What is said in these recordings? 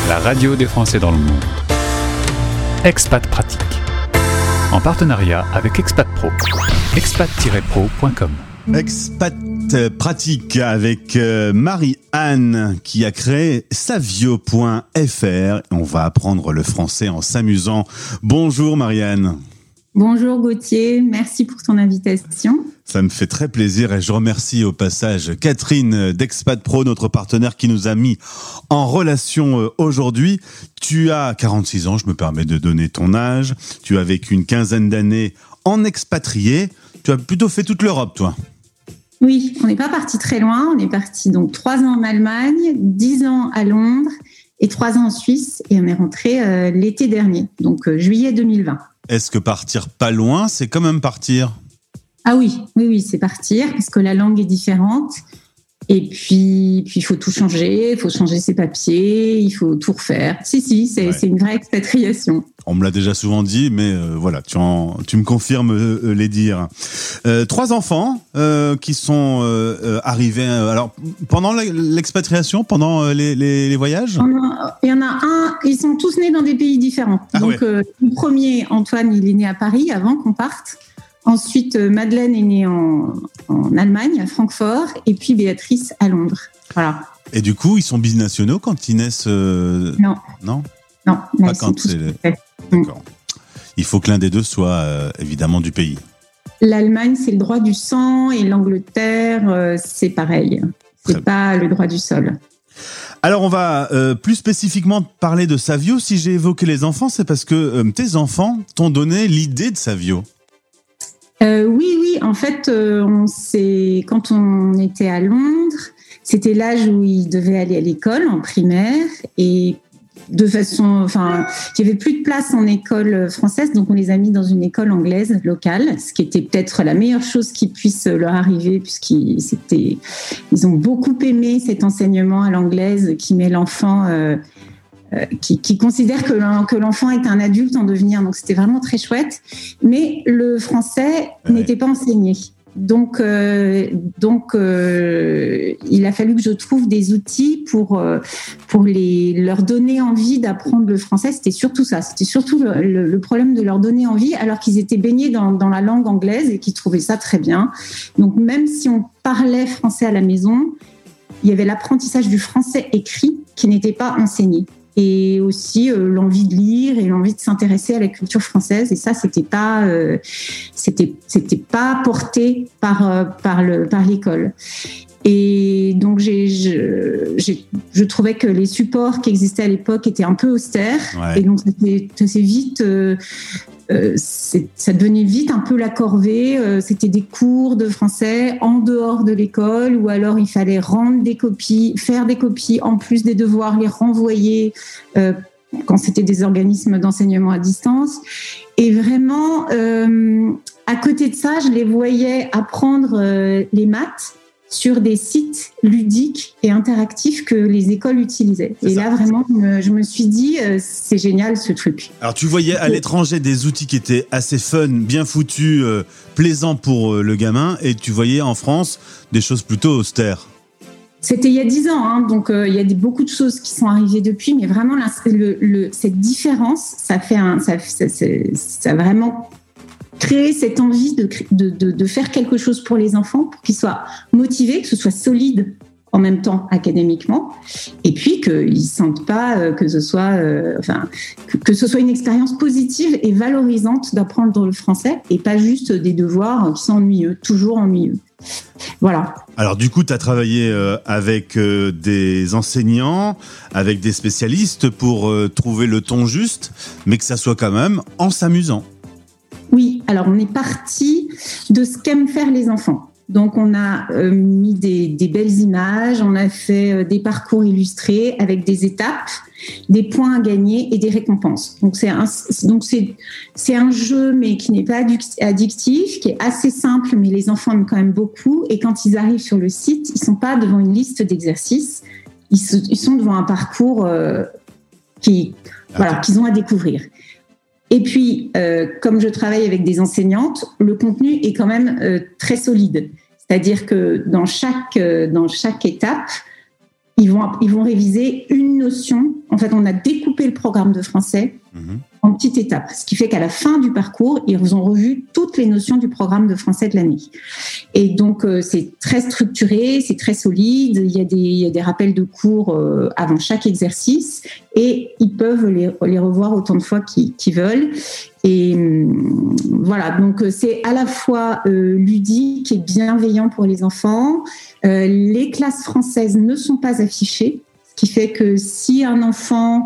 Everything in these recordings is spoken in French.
la radio des Français dans le monde. Expat Pratique, en partenariat avec Expat Pro, expat-pro.com. Expat Pratique avec Marie-Anne qui a créé savio.fr. On va apprendre le français en s'amusant. Bonjour Marie-Anne. Bonjour Gauthier, merci pour ton invitation. Ça me fait très plaisir et je remercie au passage Catherine d'Expat Pro, notre partenaire qui nous a mis en relation aujourd'hui. Tu as 46 ans, je me permets de donner ton âge. Tu as vécu une quinzaine d'années en expatrié. Tu as plutôt fait toute l'Europe, toi. Oui, on n'est pas parti très loin. On est parti donc 3 ans en Allemagne, 10 ans à Londres et 3 ans en Suisse. Et on est rentré l'été dernier, donc juillet 2020. Est-ce que partir pas loin, c'est quand même partir ? Ah oui, c'est partir parce que la langue est différente. Et puis il faut tout changer, il faut changer ses papiers, il faut tout refaire. Si, c'est une vraie expatriation. On me l'a déjà souvent dit, mais voilà, tu me confirmes les dires. 3 enfants qui sont arrivés. Alors pendant l'expatriation, pendant les voyages. Il y en a un. Ils sont tous nés dans des pays différents. Donc le premier, Antoine, il est né à Paris avant qu'on parte. Ensuite, Madeleine est née en Allemagne, à Francfort, et puis Béatrice à Londres. Voilà. Et du coup, ils sont binationaux quand ils naissent Non. Non, pas quand c'est... D'accord. Il faut que l'un des deux soit évidemment du pays. L'Allemagne, c'est le droit du sang, et l'Angleterre, c'est pareil. C'est pas le droit du sol. Alors, on va plus spécifiquement parler de Savio. Si j'ai évoqué les enfants, c'est parce que tes enfants t'ont donné l'idée de Savio. Oui. En fait, quand on était à Londres, c'était l'âge où ils devaient aller à l'école en primaire et il y avait plus de place en école française, donc on les a mis dans une école anglaise locale, ce qui était peut-être la meilleure chose qui puisse leur arriver, puisqu'ils ont beaucoup aimé cet enseignement à l'anglaise qui met l'enfant. Qui considère que l'enfant est un adulte en devenir. Donc, c'était vraiment très chouette. Mais le français n'était pas enseigné. Donc, il a fallu que je trouve des outils pour leur donner envie d'apprendre le français. C'était surtout ça. C'était surtout le problème de leur donner envie, alors qu'ils étaient baignés dans la langue anglaise et qu'ils trouvaient ça très bien. Donc, même si on parlait français à la maison, il y avait l'apprentissage du français écrit qui n'était pas enseigné. Et aussi l'envie de lire et l'envie de s'intéresser à la culture française. Et ça, c'était pas porté par l'école. Et donc, je trouvais que les supports qui existaient à l'époque étaient un peu austères. Ouais. Et donc, ça devenait vite un peu la corvée. C'était des cours de français en dehors de l'école, ou alors il fallait rendre des copies, faire des copies en plus des devoirs, les renvoyer quand c'était des organismes d'enseignement à distance. Et vraiment, à côté de ça, je les voyais apprendre les maths sur des sites ludiques et interactifs que les écoles utilisaient. Et là, vraiment, je me suis dit, c'est génial ce truc. Alors, tu voyais à l'étranger des outils qui étaient assez fun, bien foutus, plaisants pour le gamin, et tu voyais en France des choses plutôt austères. C'était il y a 10 ans, donc il y a beaucoup de choses qui sont arrivées depuis, mais vraiment, cette différence, ça a vraiment créé cette envie de faire quelque chose pour les enfants, pour qu'ils soient motivés, que ce soit solide en même temps académiquement, et puis qu'ils ne sentent pas que ce soit une expérience positive et valorisante d'apprendre le français, et pas juste des devoirs qui sont ennuyeux, toujours ennuyeux. Voilà. Alors du coup, tu as travaillé avec des enseignants, avec des spécialistes pour trouver le ton juste, mais que ça soit quand même en s'amusant. Oui, alors on est parti de ce qu'aiment faire les enfants. Donc on a mis des belles images, on a fait des parcours illustrés avec des étapes, des points à gagner et des récompenses. Donc c'est un jeu, mais qui n'est pas addictif, qui est assez simple, mais les enfants aiment quand même beaucoup. Et quand ils arrivent sur le site, ils sont pas devant une liste d'exercices, ils sont devant un parcours qu'ils ont à découvrir. Et puis, comme je travaille avec des enseignantes, le contenu est quand même très solide. C'est-à-dire que dans chaque étape, ils vont réviser une notion en fait, on a découpé le programme de français en petites étapes, ce qui fait qu'à la fin du parcours, ils ont revu toutes les notions du programme de français de l'année. Et donc, c'est très structuré, c'est très solide. Il y a des rappels de cours avant chaque exercice et ils peuvent les revoir autant de fois qu'ils veulent. Et voilà, donc c'est à la fois ludique et bienveillant pour les enfants. Les classes françaises ne sont pas affichées, ce qui fait que si un enfant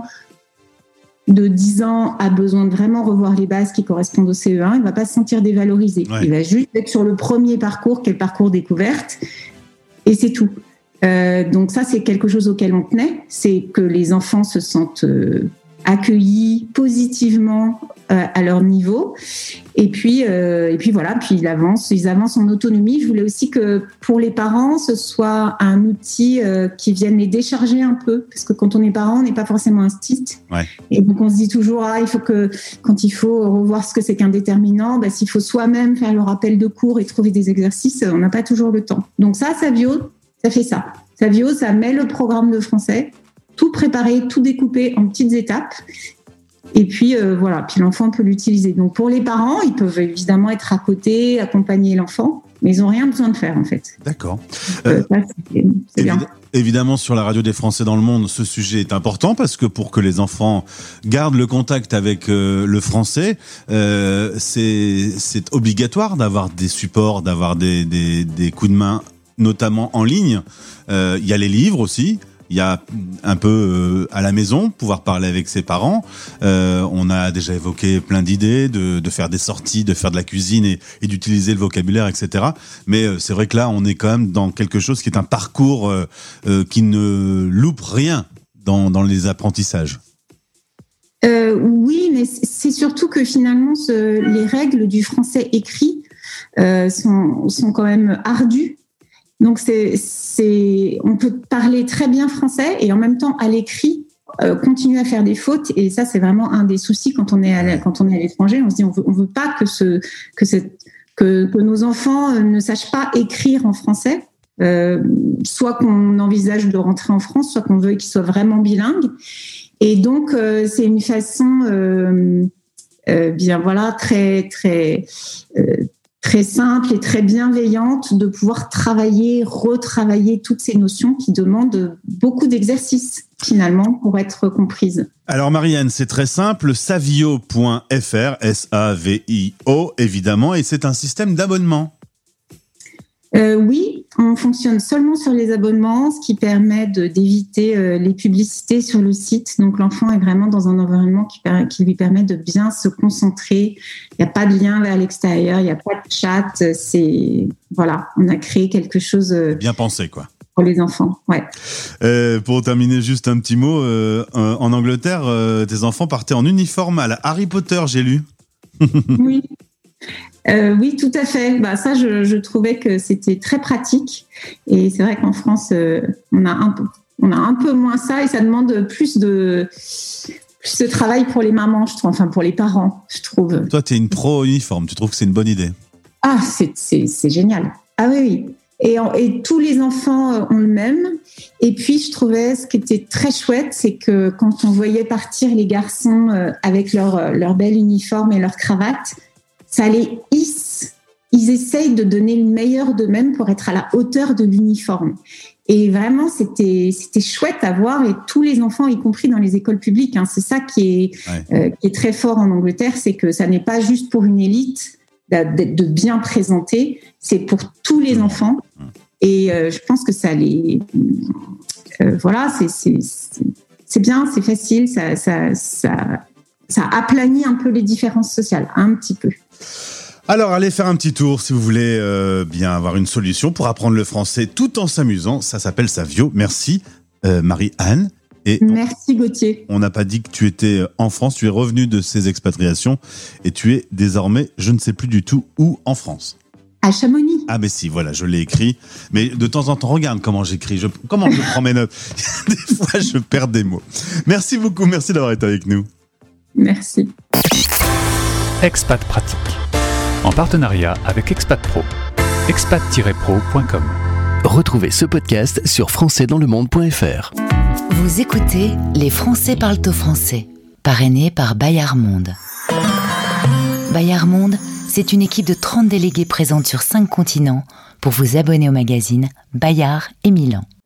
de 10 ans a besoin de vraiment revoir les bases qui correspondent au CE1, il ne va pas se sentir dévalorisé. Ouais. Il va juste être sur le premier parcours, qui est le parcours découverte, et c'est tout. Donc ça, c'est quelque chose auquel on tenait, c'est que les enfants se sentent accueillis positivement à leur niveau. Et puis voilà, puis ils avancent en autonomie. Je voulais aussi que pour les parents, ce soit un outil qui vienne les décharger un peu, parce que quand on est parent, on n'est pas forcément instite. Ouais. Et donc on se dit toujours, il faut que quand il faut revoir ce que c'est qu'un déterminant, s'il faut soi-même faire le rappel de cours et trouver des exercices, on n'a pas toujours le temps. Donc ça, Savio, ça fait ça. Savio, ça met le programme de français, tout préparé, tout découpé en petites étapes. Et puis voilà, puis l'enfant peut l'utiliser. Donc pour les parents, ils peuvent évidemment être à côté, accompagner l'enfant, mais ils n'ont rien besoin de faire en fait. D'accord. Ça, c'est bien. Évidemment, sur la radio des Français dans le monde, ce sujet est important parce que pour que les enfants gardent le contact avec le français, c'est obligatoire d'avoir des supports, d'avoir des coups de main, notamment en ligne. Il y a les livres aussi. Il y a un peu à la maison, pouvoir parler avec ses parents. On a déjà évoqué plein d'idées de faire des sorties, de faire de la cuisine et d'utiliser le vocabulaire, etc. Mais c'est vrai que là, on est quand même dans quelque chose qui est un parcours qui ne loupe rien dans les apprentissages. Oui, mais c'est surtout que finalement, les règles du français écrit sont quand même ardues. Donc, on peut parler très bien français et en même temps, à l'écrit, continuer à faire des fautes. Et ça, c'est vraiment un des soucis quand on est à l'étranger. On se dit, on veut pas que nos enfants ne sachent pas écrire en français. Soit qu'on envisage de rentrer en France, soit qu'on veut qu'ils soient vraiment bilingues. Et donc, c'est une façon, très, très... très simple et très bienveillante de pouvoir retravailler toutes ces notions qui demandent beaucoup d'exercices, finalement, pour être comprises. Alors, Marie-Anne, c'est très simple, savio.fr, S-A-V-I-O, évidemment, et c'est un système d'abonnement. Oui, on fonctionne seulement sur les abonnements, ce qui permet d'éviter les publicités sur le site. Donc, l'enfant est vraiment dans un environnement qui lui permet de bien se concentrer. Il n'y a pas de lien vers l'extérieur, il n'y a pas de chat. Voilà, on a créé quelque chose... bien pensé, quoi. Pour les enfants, ouais. Pour terminer, juste un petit mot. En Angleterre, tes enfants partaient en uniforme à la Harry Potter, j'ai lu. Oui. Oui, tout à fait. Ça, je trouvais que c'était très pratique. Et c'est vrai qu'en France, on a un peu moins ça et ça demande plus de travail pour les mamans, je trouve. Enfin, pour les parents, je trouve. Toi, tu es une pro uniforme. Tu trouves que c'est une bonne idée? Ah, c'est génial. Ah oui. Et tous les enfants ont le même. Et puis, je trouvais ce qui était très chouette, c'est que quand on voyait partir les garçons avec leur bel uniforme et leur cravate, ça les hisse. Ils essayent de donner le meilleur d'eux-mêmes pour être à la hauteur de l'uniforme. Et vraiment, c'était chouette à voir. Et tous les enfants, y compris dans les écoles publiques, c'est ça qui est très fort en Angleterre, c'est que ça n'est pas juste pour une élite de bien présenter, c'est pour tous les enfants. Et je pense que ça les... voilà, c'est bien, c'est facile, ça aplanit un peu les différences sociales, un petit peu. Alors, allez faire un petit tour si vous voulez bien avoir une solution pour apprendre le français tout en s'amusant. Ça s'appelle Savio. Merci, Marie-Anne. Et merci, Gauthier. On n'a pas dit que tu étais en France. Tu es revenu de ces expatriations et tu es désormais, je ne sais plus du tout où en France. À Chamonix. Ah mais si, voilà, je l'ai écrit. Mais de temps en temps, regarde comment j'écris, comment je prends mes notes. Des fois, je perds des mots. Merci beaucoup, merci d'avoir été avec nous. Merci. Expat Pratique, en partenariat avec Expat Pro, expat-pro.com. Retrouvez ce podcast sur françaisdanslemonde.fr. Vous écoutez Les Français parlent au français, parrainé par Bayard Monde. Bayard Monde, c'est une équipe de 30 délégués présentes sur 5 continents pour vous abonner au magazine Bayard et Milan.